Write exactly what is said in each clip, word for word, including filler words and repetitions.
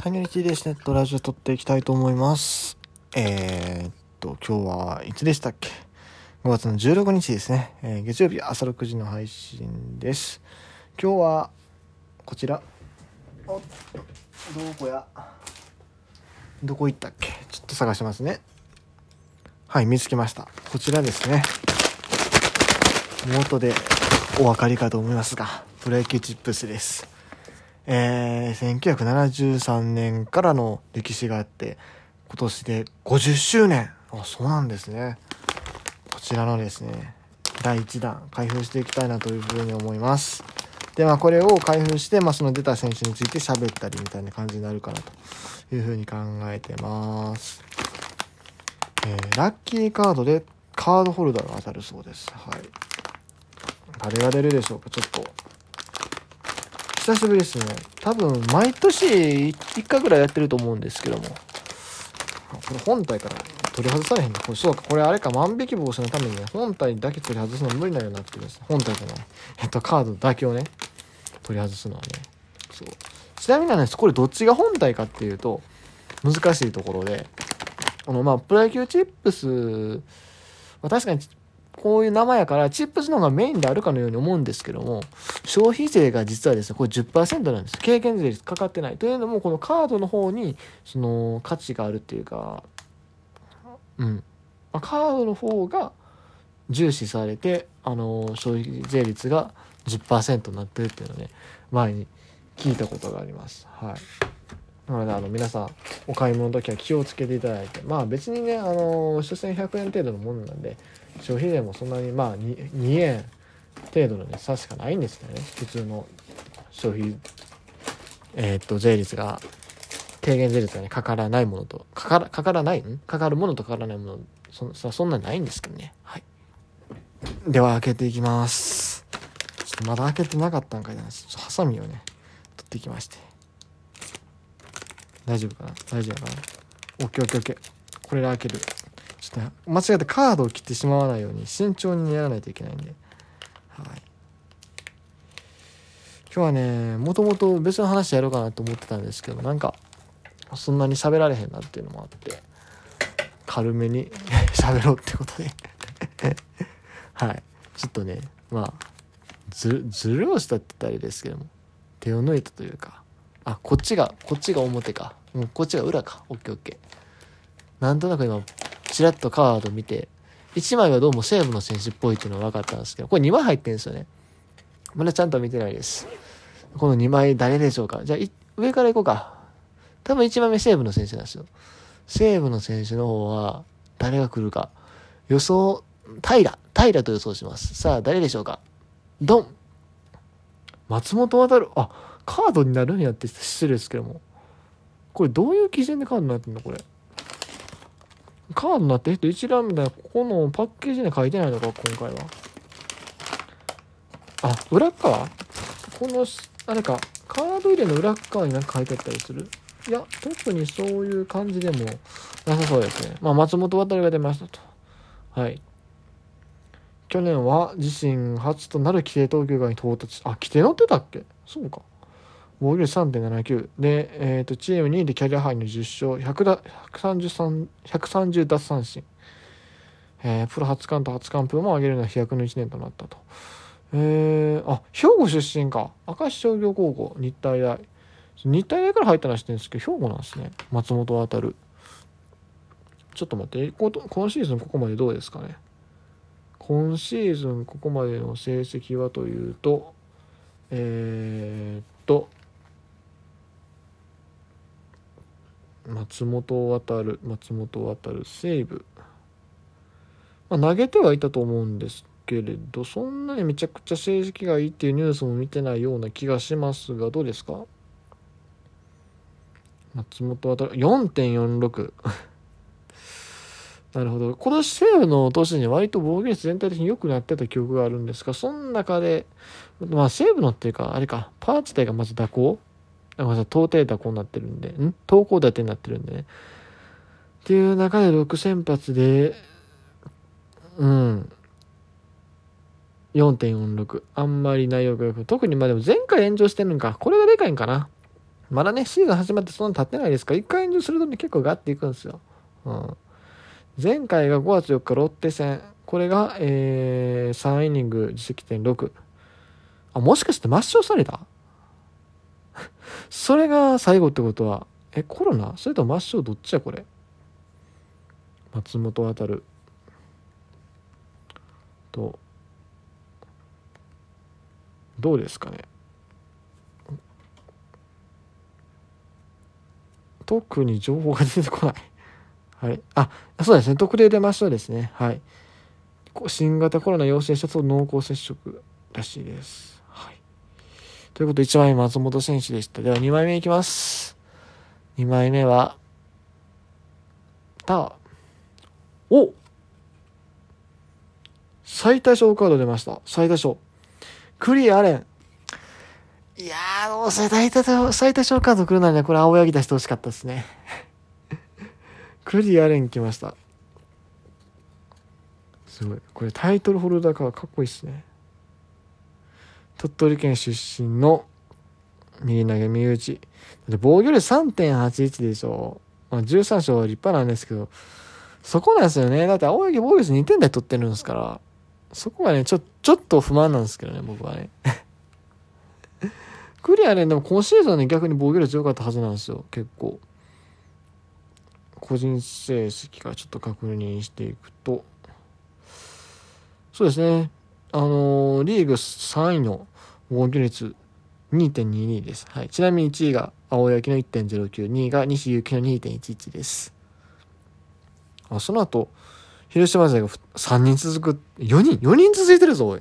カニュリティですね。とラジオ撮っていきたいと思います。えー、っと今日はいつでしたっけ？ごがつのじゅうろくにちですね、えー、月曜日朝ろくじの配信です。今日はこちら、おっとどこやどこ行ったっけ？ちょっと探しますね。はい、見つけました。こちらですね。元でお分かりかと思いますが、プロ野球チップスです。えー、せんきゅうひゃくななじゅうさんねんからの歴史があって、今年でごじゅっしゅうねん。あ、そうなんですね。こちらのですね、だいいちだん開封していきたいなというふうに思います。で、まあこれを開封して、まあその出た選手について喋ったりみたいな感じになるかなというふうに考えてます。えー、ラッキーカードでカードホルダーが当たるそうです。はい。誰が出るでしょうか。ちょっと久しぶりですね。多分毎年いっかいぐらいやってると思うんですけども、これ本体から取り外されへんの。これそうか、これあれか、万引き防止のためにね、本体だけ取り外すの無理なようになってるんです。本体じゃない、えっとカードだけをね取り外すのはね。そう、ちなみになんです、これどっちが本体かっていうと難しいところで、このまあプロ野球チップス、まあ、確かにこういう名前やからチップスの方がメインであるかのように思うんですけども、消費税が実はですね、これ じゅっパーセント なんです。経験税率かかってない。というのも、このカードの方にその価値があるっていうか、うん、まあ、カードの方が重視されて、あの消費税率が じゅっパーセント になってるっていうのをね、前に聞いたことがあります。はい。なので、あの皆さんお買い物の時は気をつけていただいて、まあ別にね、あの所詮ひゃくえん程度のものなんで、消費税もそんなにまあ 2, にえん程度のね差しかないんですよね。普通の消費えー、っと税率が、軽減税率がねかからないものとかからかからないんかかるものとかからないもの、そそそんなないんですけどね。はい。では開けていきます。ちょっとまだ開けてなかったんかいな。ちょっとハサミをね取ってきまして。大丈夫かな大丈夫かな。オッケーオッケーオッケー。これで開ける。ちょっと間違ってカードを切ってしまわないように慎重にやらないといけないんで、はい。今日はね、もともと別の話やろうかなと思ってたんですけど、なんかそんなに喋られへんなっていうのもあって、軽めに喋ろうってことではい。ちょっとね、まあずずるをしたって言ったらあれですけども、手を抜いたというか、あ、こっちがこっちが表か、もうこっちが裏か。オッケーオッケー。なんとなく今チラッとカード見て、いちまいはどうも西武の選手っぽいっていうのは分かったんですけど、これにまい入ってるんですよね。まだちゃんと見てないです。このにまい誰でしょうか。じゃあ上から行こうか。多分いちまいめ西武の選手なんですよ。西武の選手の方は誰が来るか。予想、平平と予想します。さあ誰でしょうか。ドン、松本航。あ、カードになるんやって失礼ですけども、これどういう基準でカードになってんのこれ。カードになってる人一覧みたいな、ここのパッケージには書いてないのか今回は。あ、裏側、このあれか、カード入れの裏側になんか書いてあったりする。いや、特にそういう感じでもなさそうですね。まあ松本航が出ましたと。はい。去年は自身初となる規定投球回に到達。あ、規定乗ってたっけ。そうか。防御率 さんてんななきゅう で、えー、とチームにいでキャリアハイのじゅっしょう、ひゃくだひゃくさんじゅうさん ひゃくさんじゅう奪三振、えー、プロ初完と初完封も上げるのは飛躍のいちねんとなったと。えー、あ、兵庫出身か。明石商業高校、日体大。日体大から入ったのは知ってるんですけど、兵庫なんですね。松本航。ちょっと待って、今シーズンここまでどうですかね。今シーズンここまでの成績はというと、えー、っと、松本航、松本航、西武。まあ、投げてはいたと思うんですけれど、そんなにめちゃくちゃ成績がいいっていうニュースも見てないような気がしますが、どうですか。松本航 よんてんよんろく なるほど。今年西武の投手に割と防御率全体的に良くなってた記憶があるんですが、その中で、まあ西武のっていうか、あれか、パーツ体がまず蛇行、投低蛇行になってるんで、ん投高打点になってるんでね。っていう中でろく先発で、うん、よんてんよんろく、あんまり内容が良く、特にまあでも前回炎上してるのか、これがでかいんかな。 まだねシーズン始まってそんな経ってないですから、一回炎上するとね結構ガッていくんですよ。うん、前回がごがつよっかロッテ戦、これが、えー、さんイニング自責点ろく。あ、もしかして抹消されたそれが最後ってことは、え、コロナそれとも抹消どっちやこれ。松本航と、どうですかね。特に情報が出てこない。はい。あ、そうですね。特例で抹消ですね。はい。新型コロナ陽性者と濃厚接触らしいです。はい。ということでいちまいめ松本選手でした。ではにまいめいきます。にまいめは、た、お最多勝カード出ました。最多勝。クリアレン。いやー、どうせ最多最多勝カード来るならね、これ青柳出してほしかったですね。クリアレン来ました。すごい。これタイトルホルダーかかっこいいっすね。鳥取県出身の右投げ右打ち。防御率 さんてんはちいち でしょ。まあ、じゅうさん勝は立派なんですけど、そこなんですよね。だって青柳防御率にてん台取ってるんですから、そこがね、ちょ、ちょっと不満なんですけどね、僕はね。クリアね、でも今シーズンはね、逆に防御率良かったはずなんですよ、結構。個人成績からちょっと確認していくと、そうですね、あのー、リーグさんいの防御率 にてんにに です。はい。ちなみにいちいが青柳の いってんゼロきゅう、にいが西勇輝の にてんいちいち です。あ、その後、広島勢がさんにん続く、よにん ?よにん続いてるぞ、おい。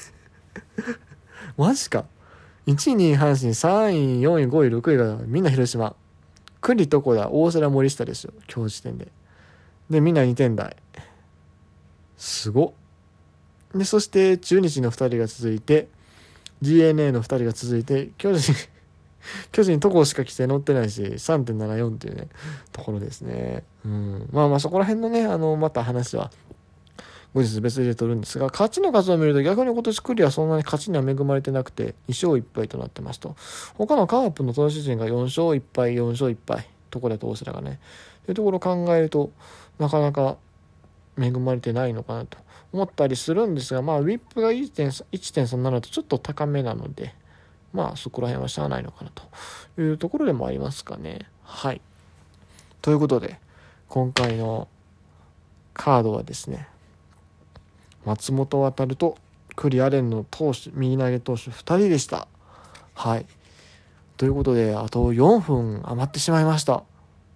マジか。いちい、にい阪神、さんい、よんい、ごい、ろくいがみんな広島。栗床田、大瀬良森下ですよ、今日時点で。で、みんなにてん台。すごっ。で、そして中日のふたりが続いて、ディーエヌエー のふたりが続いて、巨人、巨人戸郷しか来て乗ってないし、さんてんななよん っていうね、ところですね。うん。まあまあそこら辺のね、あの、また話は、後日別で取るんですが、勝ちの数を見ると逆に今年クリはそんなに勝ちには恵まれてなくてに勝いっぱいとなってますと。他のカープの投手陣がよん勝いっぱい、よん勝いっぱい。ところだと大瀬良がね。というところを考えると、なかなか恵まれてないのかなと思ったりするんですが、まあウィップが いってんさん なのとちょっと高めなので、まあそこら辺はしゃあないのかなというところでもありますかね。はい。ということで、今回のカードはですね、松本航と栗アレンの投手、右投げ投手ふたりでした。はい。ということで、あとよんぷん余ってしまいました。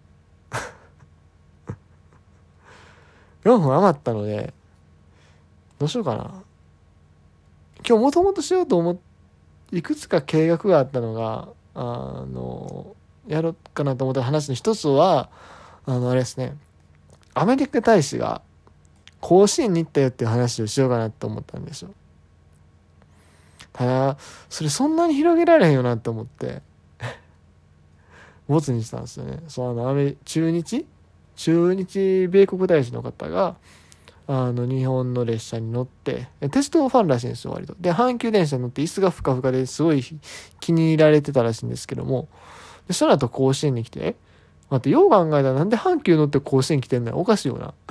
よんぷん余ったので、どうしようかな。今日もともとしようと思っ、いくつか計画があったのが、あの、やろうかなと思った話の一つは、あの、あれですね、アメリカ大使が甲子園に行ったよっていう話をしようかなと思ったんですよ。ただ、それそんなに広げられへんよなと思って、ボツにしたんですよね。そう、あの、アメ、中日中日米国大使の方が、あの、日本の列車に乗って、鉄道ファンらしいんですよ、割と。で、阪急電車に乗って椅子がふかふかですごい気に入られてたらしいんですけども、でその後甲子園に来て、待って、よう考えたらなんで阪急乗って甲子園来てんのよ、おかしいよな。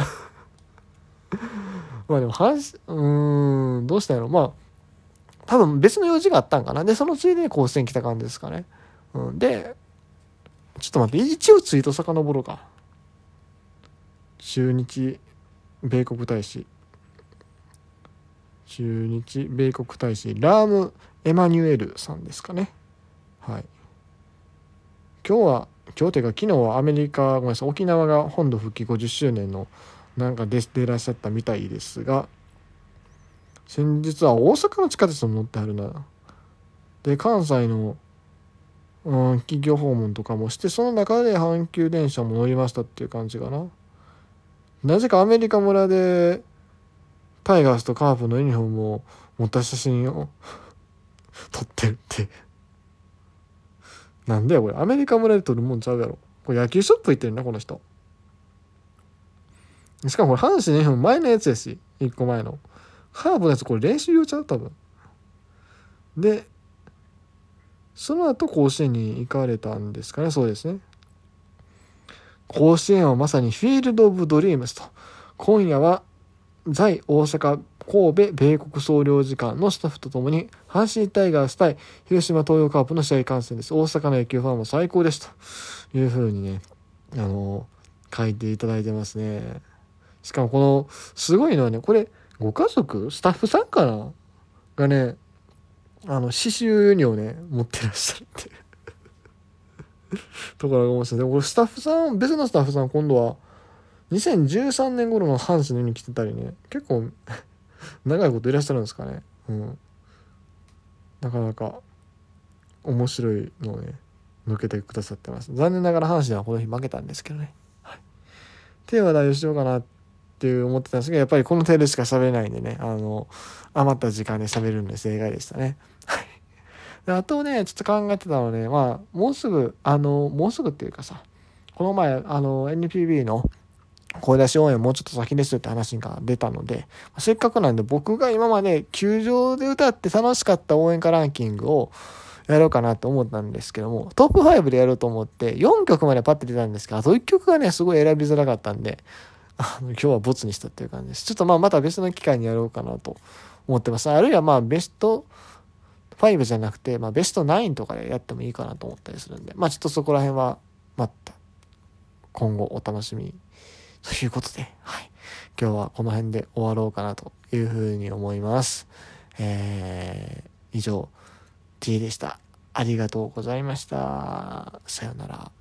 まあでも話、うーん、どうしたんやろ。まあ、多分別の用事があったんかな。で、そのついでに甲子園来た感じですかね。うん、で、ちょっと待って、一応ツイート遡ろうか。中日米国大使。中日米国大使、ラーム・エマニュエルさんですかね。はい。今日は、今日というか昨日はアメリカ、ごめんなさい、沖縄が本土復帰ごじゅっしゅうねんのなんか出てらっしゃったみたいですが、先日は大阪の地下鉄に乗ってはるな。で、関西の、うん、企業訪問とかもして、その中で阪急電車も乗りましたっていう感じかな。なぜかアメリカ村でタイガースとカープのユニフォームを持った写真を撮ってるってなんだよこれ、アメリカ村で撮るもんちゃうやろ。これ野球ショップ行ってるなこの人。しかもこれ阪神のユニフォーム前のやつやし、いっこまえのカープのやつこれ練習用ちゃう多分で、 その後甲子園に行かれたんですかね。そうですね。甲子園はまさにフィールド・オブ・ドリームスと。今夜は在大阪神戸米国総領事館のスタッフとともに阪神タイガース対広島東洋カープの試合観戦です。大阪の野球ファンも最高ですというふうにね、あの書いていただいてますね。しかもこのすごいのはね、これご家族スタッフさんかながね、あの刺繍にをね持ってらっしゃるってところが面白い。でもこれスタッフさん、別のスタッフさん今度はにせんじゅうさんねん頃の阪神のに来てたりね、結構長いこといらっしゃるんですかね。うん。なかなか面白いのをね、抜けてくださってます。残念ながら阪神はこの日負けたんですけどね。はい。っていう話題をしようかなっていう思ってたんですけど、やっぱりこの程度しか喋れないんでね、あの、余った時間で喋るんで正解でしたね。はい。であとね、ちょっと考えてたのね、まあ、もうすぐ、あの、もうすぐっていうかさ、この前、あの、エヌピービー の声出し応援もうちょっと先ですよって話が出たので、せっかくなんで僕が今まで球場で歌って楽しかった応援歌ランキングをやろうかなと思ったんですけども、トップごでやろうと思ってよんきょくまでパッて出たんですけど、あといっきょくがね、すごい選びづらかったんで、あの今日はボツにしたっていう感じです。ちょっとまあまた別の機会にやろうかなと思ってます。あるいはまあベストごじゃなくて、まあベストナインとかでやってもいいかなと思ったりするんで、まあちょっとそこら辺はまた今後お楽しみに。ということで、はい。今日はこの辺で終わろうかなというふうに思います。えー、以上、T でした。ありがとうございました。さようなら。